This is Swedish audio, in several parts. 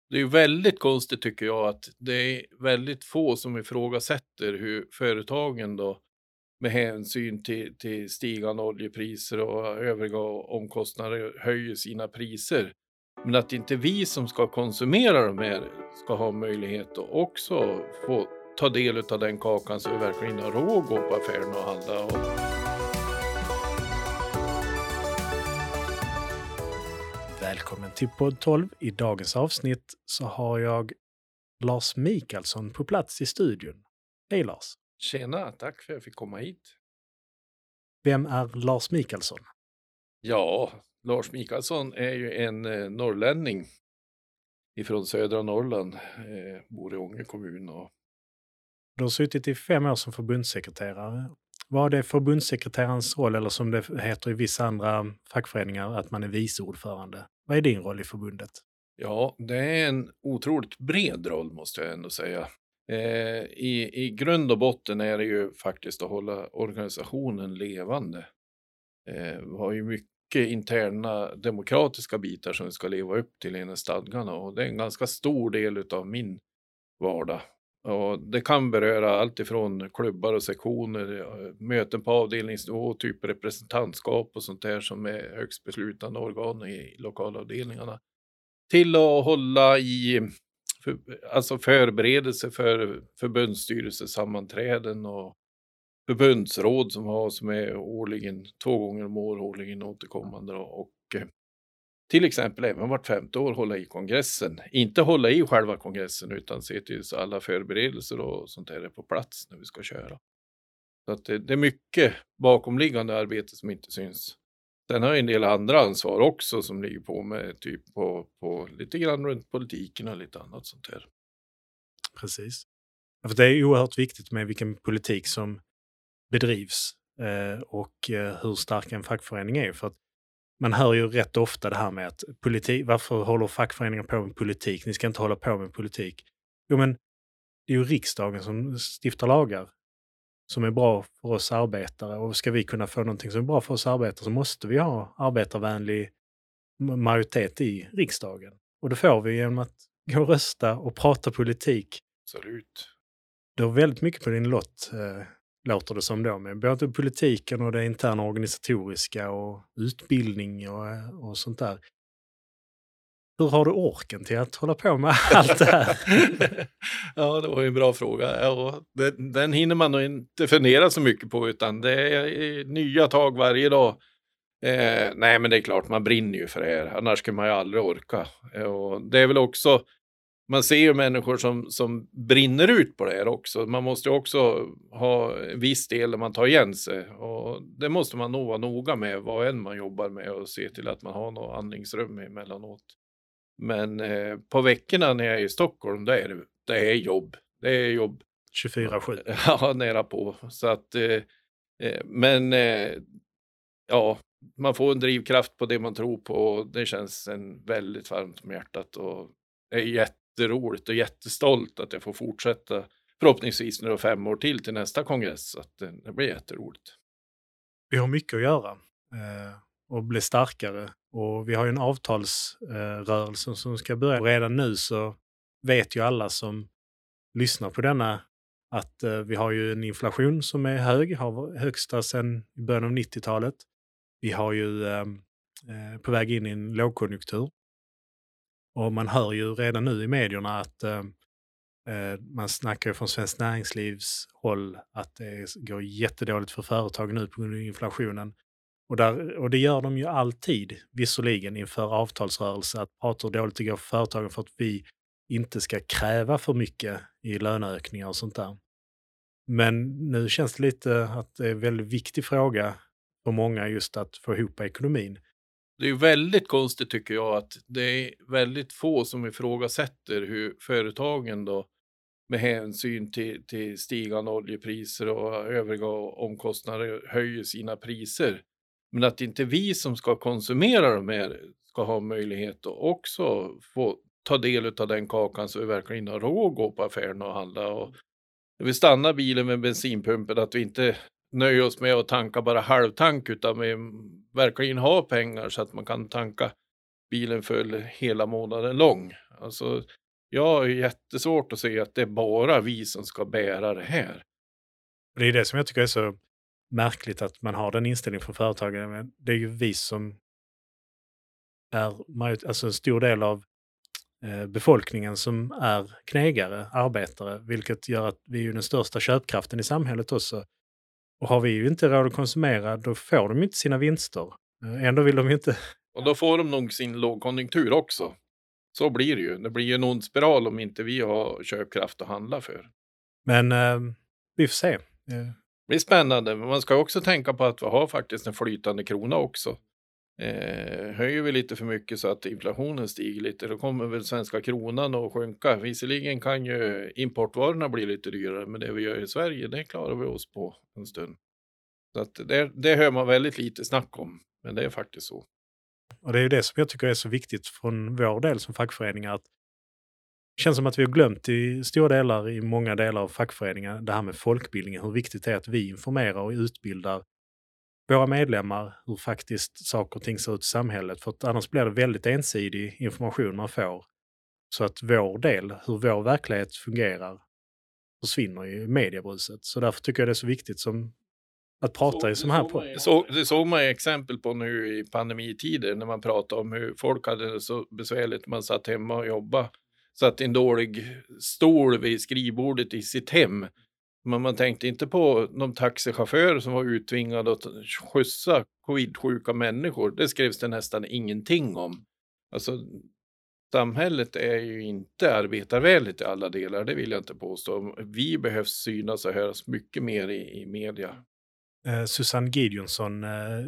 Det är ju väldigt konstigt tycker jag att det är väldigt få som ifrågasätter hur företagen då med hänsyn till stigande oljepriser och övriga omkostnader höjer sina priser. Men att inte vi som ska konsumera de här ska ha möjlighet att också få ta del av den kakan så vi verkligen har råd att gå på affären och handla. Välkommen till podd 12. I dagens avsnitt så har jag Lars Mikaelsson på plats i studion. Hej Lars! Tjena, tack för att jag fick komma hit. Vem är Lars Mikaelsson? Ja, Lars Mikaelsson är ju en norrlänning ifrån södra Norrland, bor i Ånge kommun. Och... Du har suttit i 5 år som förbundssekreterare. Vad är förbundssekreterarens roll, eller som det heter i vissa andra fackföreningar, att man är vice ordförande? Vad är din roll i förbundet? Ja, det är en otroligt bred roll måste jag ändå säga. I grund och botten är det ju faktiskt att hålla organisationen levande. Vi har ju mycket interna demokratiska bitar som vi ska leva upp till enligt stadgarna, och det är en ganska stor del av min vardag. Och det kan beröra allt ifrån klubbar och sektioner, möten på avdelningsnivå, typ representantskap och sånt där som är högst beslutande organ i lokalavdelningarna, till att hålla i alltså förberedelse för förbundsstyrelsesammanträden och förbundsråd som är årligen, 2 gånger om år, årligen återkommande, och till exempel även vart 5:e år hålla i kongressen. Inte hålla i själva kongressen utan se till så alla förberedelser och sånt där är på plats när vi ska köra. Så att det är mycket bakomliggande arbete som inte syns. Sen har jag en del andra ansvar också som ligger på med typ på lite grann runt politiken och lite annat sånt där. Precis. För det är oerhört viktigt med vilken politik som bedrivs och hur stark en fackförening är. För att man hör ju rätt ofta det här med att varför håller fackföreningar på med politik? Ni ska inte hålla på med politik. Jo, men det är ju riksdagen som stiftar lagar som är bra för oss arbetare, och ska vi kunna få någonting som är bra för oss arbetare så måste vi ha arbetarvänlig majoritet i riksdagen. Och det får vi genom att gå och rösta och prata politik. Absolut. Det är väldigt mycket på din lott, låter det som då, med både politiken och det interna organisatoriska och utbildning och sånt där. Hur har du orken till att hålla på med allt det här? Ja, det var ju en bra fråga. Ja, den hinner man nog inte fundera så mycket på, utan det är nya tag varje dag. Nej, men det är klart, man brinner ju för det här. Annars kan man ju aldrig orka. Och det är väl också, man ser ju människor som brinner ut på det här också. Man måste ju också ha en viss del där man tar igen sig. Och det måste man nog vara noga med vad än man jobbar med, och se till att man har något andningsrum emellanåt. Men på veckorna när jag är i Stockholm, det är jobb. Det är jobb. 24/7. Ja, nära på. Så att, men ja, man får en drivkraft på det man tror på. Det känns väldigt varmt om hjärtat, och det är jätteroligt och jättestolt att jag får fortsätta. Förhoppningsvis nu 5 år till nästa kongress, så att det blir jätteroligt. Vi har mycket att göra och bli starkare, och vi har ju en avtalsrörelse som ska börja. Redan nu så vet ju alla som lyssnar på denna att vi har ju en inflation som är hög, har högsta sedan i början av 90-talet. Vi har ju på väg in i en lågkonjunktur, och man hör ju redan nu i medierna att man snackar från Svenskt Näringslivs håll att det går jättedåligt för företag nu på grund av inflationen. Och det gör de ju alltid, visserligen inför avtalsrörelse, att prata hur dåligt det går för företagen för att vi inte ska kräva för mycket i löneökningar och sånt där. Men nu känns det lite att det är en väldigt viktig fråga för många just att få ihop ekonomin. Det är ju väldigt konstigt tycker jag att det är väldigt få som ifrågasätter hur företagen då med hänsyn till stigande oljepriser och övriga omkostnader höjer sina priser. Men att inte vi som ska konsumera de här ska ha möjlighet att också få ta del av den kakan så vi verkligen har råd att gå på affären och handla. Och när vi stannar bilen med bensinpumpen, att vi inte nöjer oss med att tanka bara halvtank, utan vi verkligen har pengar så att man kan tanka bilen föll hela månaden lång. Alltså, jag har ju jättesvårt att se att det är bara vi som ska bära det här. Och det är det som jag tycker är så märkligt, att man har den inställningen från företagen. Men det är ju vi som är alltså en stor del av befolkningen som är knegare, arbetare, vilket gör att vi är ju den största köpkraften i samhället också. Och har vi ju inte råd att konsumera, då får de inte sina vinster. Ändå vill de ju inte... Och då får de nog sin lågkonjunktur också. Så blir det ju. Det blir ju en ond spiral om inte vi har köpkraft att handla för. Men vi får se. Det blir spännande, men man ska också tänka på att vi har faktiskt en flytande krona också. Höjer vi lite för mycket så att inflationen stiger lite, då kommer väl svenska kronan att sjunka. Visserligen kan ju importvarorna bli lite dyrare, men det vi gör i Sverige, det klarar vi oss på en stund. Så att det hör man väldigt lite snack om, men det är faktiskt så. Och det är ju det som jag tycker är så viktigt från vår del som fackföreningar. Att det känns som att vi har glömt i stora delar, i många delar av fackföreningar, det här med folkbildningen. Hur viktigt det är att vi informerar och utbildar våra medlemmar hur faktiskt saker och ting ser ut i samhället. För att annars blir det väldigt ensidig information man får. Så att vår del, hur vår verklighet fungerar, försvinner i mediebruset. Så därför tycker jag det är så viktigt som att prata i som här på. Det såg man exempel på nu i pandemitider när man pratade om hur folk hade det så besvärligt. Man satt hemma och jobbade. Satt i en dålig stol vid skrivbordet i sitt hem. Men man tänkte inte på de taxichaufförer som var uttvingade att skjutsa covid-sjuka människor. Det skrevs det nästan ingenting om. Alltså, samhället är ju inte arbetarvänligt i alla delar, det vill jag inte påstå. Vi behövs synas och höras mycket mer i media. Susanne Gideonsson,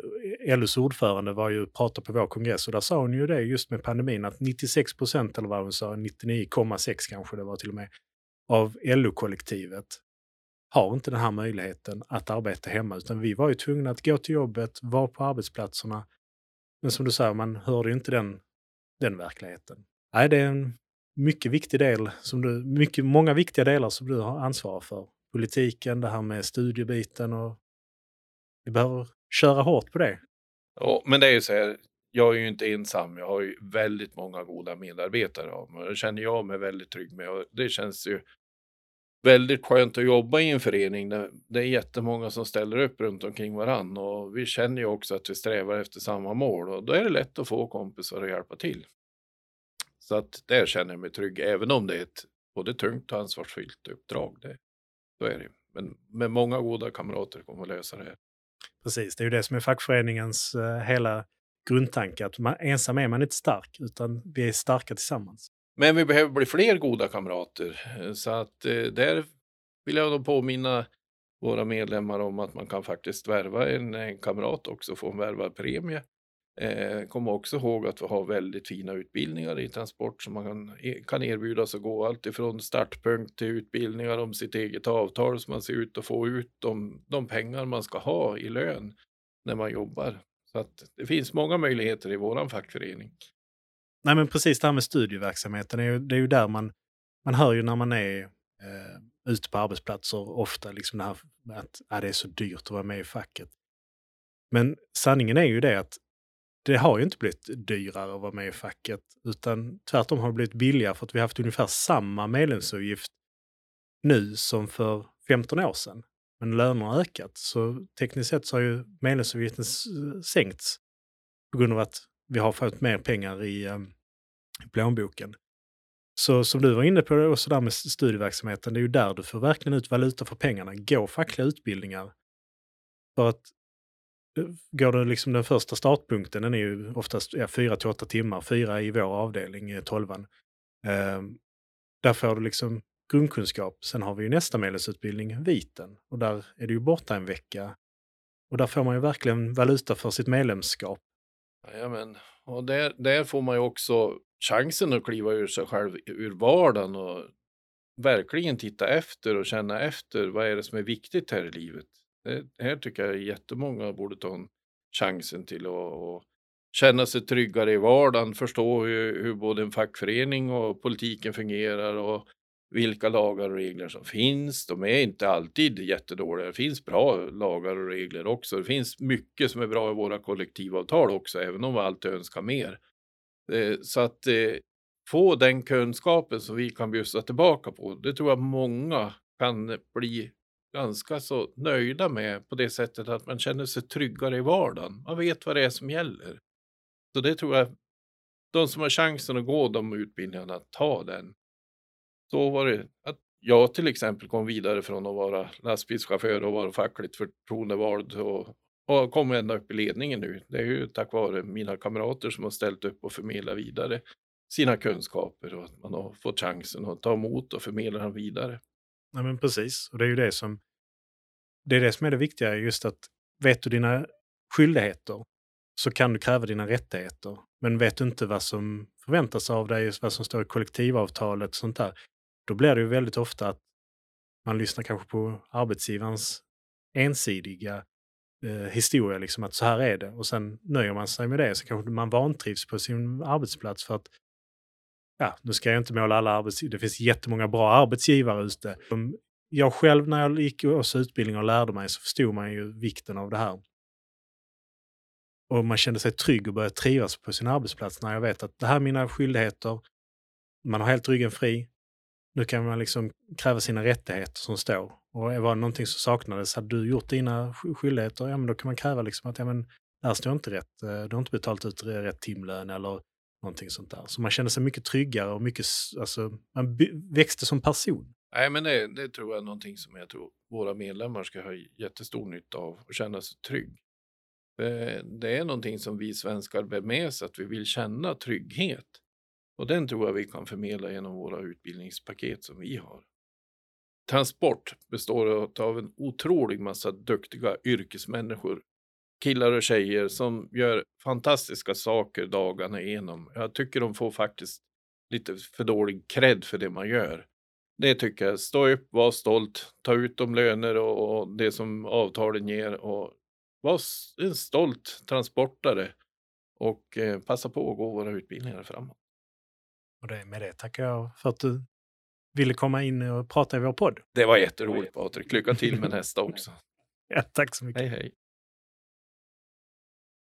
LOs ordförande, var ju pratade på vår kongress och där sa hon ju det just med pandemin att 96% eller vad hon sa, 99,6 kanske det var till och med, av LO-kollektivet har inte den här möjligheten att arbeta hemma, utan vi var ju tvungna att gå till jobbet, vara på arbetsplatserna. Men som du säger, man hörde ju inte den verkligheten. Nej, det är en mycket viktig del, många viktiga delar som du har ansvar för. Politiken, det här med studiebiten, och vi behöver köra hårt på det. Ja, men det är ju så här, jag är ju inte ensam, jag har ju väldigt många goda medarbetare av mig. Det känner jag mig väldigt trygg med och det känns ju väldigt skönt att jobba i en förening. Det är jättemånga som ställer upp runt omkring varann och vi känner ju också att vi strävar efter samma mål och då är det lätt att få kompisar att hjälpa till. Så att där känner jag mig trygg, även om det är ett både tungt och ansvarsfyllt uppdrag. Så är det. Men med många goda kamrater kommer att lösa det här. Precis, det är ju det som är fackföreningens hela grundtanke, att ensam är man inte stark, utan vi är starka tillsammans. Men vi behöver bli fler goda kamrater, så att där vill jag då påminna våra medlemmar om att man kan faktiskt värva en kamrat också, få en värvad premie. Kom också ihåg att vi har väldigt fina utbildningar i transport som man kan erbjudas att gå allt ifrån startpunkt till utbildningar om sitt eget avtal som man ser ut att få ut de pengar man ska ha i lön när man jobbar. Så att det finns många möjligheter i våran fackförening. Nej, men precis det här med studieverksamheten, det är ju där man hör ju när man är ute på arbetsplatser ofta liksom det här att det är så dyrt att vara med i facket. Men sanningen är ju det att det har ju inte blivit dyrare att vara med i facket, utan tvärtom har det blivit billigare för att vi har haft ungefär samma medlemsavgift nu som för 15 år sedan. Men lönerna har ökat, så tekniskt sett så har ju medlemsavgiften sänkts på grund av att vi har fått mer pengar i plånboken. Så som du var inne på det, och så där med studieverksamheten, det är ju där du får verkligen ut valuta för pengarna. Gå fackliga utbildningar. För att går det liksom den första startpunkten, den är ju oftast 4-8 timmar, 4 i vår avdelning, 12:an. Där får du liksom grundkunskap. Sen har vi ju nästa medlemsutbildning, viten. Och där är du ju borta en vecka. Och där får man ju verkligen valuta för sitt medlemskap. Jajamän. Och där får man ju också chansen att kliva ur sig själv ur vardagen och verkligen titta efter och känna efter vad är det som är viktigt här i livet. Det här tycker jag jättemånga borde ta chansen till att känna sig tryggare i vardagen, förstå hur både en fackförening och politiken fungerar och vilka lagar och regler som finns. De är inte alltid jättedåliga. Det finns bra lagar och regler också. Det finns mycket som är bra i våra kollektivavtal också, även om vi alltid önskar mer. Så att få den kunskapen som vi kan bjussa tillbaka på, det tror jag många kan bli ganska så nöjda med på det sättet att man känner sig tryggare i vardagen. Man vet vad det är som gäller. Så det tror jag, de som har chansen att gå de utbildningarna, ta den. Så var det att jag till exempel kom vidare från att vara lastbilschaufför och vara fackligt förtroendevald och kom ända upp i ledningen nu. Det är ju tack vare mina kamrater som har ställt upp och förmedlat vidare sina kunskaper och att man har fått chansen att ta emot och förmedla dem vidare. Nej, men precis. Och det är ju det som är det viktiga, just att vet du dina skyldigheter så kan du kräva dina rättigheter. Men vet du inte vad som förväntas av dig, vad som står i kollektivavtalet och sånt där, då blir det ju väldigt ofta att man lyssnar kanske på arbetsgivarens ensidiga historia, liksom att så här är det. Och sen nöjer man sig med det, så kanske man vantrivs på sin arbetsplats för att, ja, nu ska jag inte måla alla arbetsgivare, det finns jättemånga bra arbetsgivare ute. Jag själv, när jag gick också utbildning och lärde mig, så förstod man ju vikten av det här. Och man kände sig trygg och började trivas på sin arbetsplats när jag vet att det här är mina skyldigheter, man har helt ryggen fri. Nu kan man liksom kräva sina rättigheter som står. Och var det någonting som saknades, hade du gjort dina skyldigheter, ja men då kan man kräva liksom att, ja men det här står inte rätt, du har inte betalat ut rätt timlön eller någonting sånt där. Så man kände sig mycket tryggare och mycket, alltså man växte som person. Nej, men det tror jag är någonting som jag tror våra medlemmar ska ha jättestor nytta av och känna sig trygg. Det är någonting som vi svenskar bär med oss, att vi vill känna trygghet. Och den tror jag vi kan förmedla genom våra utbildningspaket som vi har. Transport består av en otrolig massa duktiga yrkesmänniskor. Killar och tjejer som gör fantastiska saker dagarna igenom. Jag tycker de får faktiskt lite för dålig cred för det man gör. Det tycker jag. Stå upp, var stolt, ta ut de löner och det som avtalen ger och var en stolt transportare och passa på att gå våra utbildningar framåt. Och med det tackar jag för att du ville komma in och prata i vår podd. Det var jätteroligt, Patrik. Lycka till med nästa också. Ja, tack så mycket. Hej hej.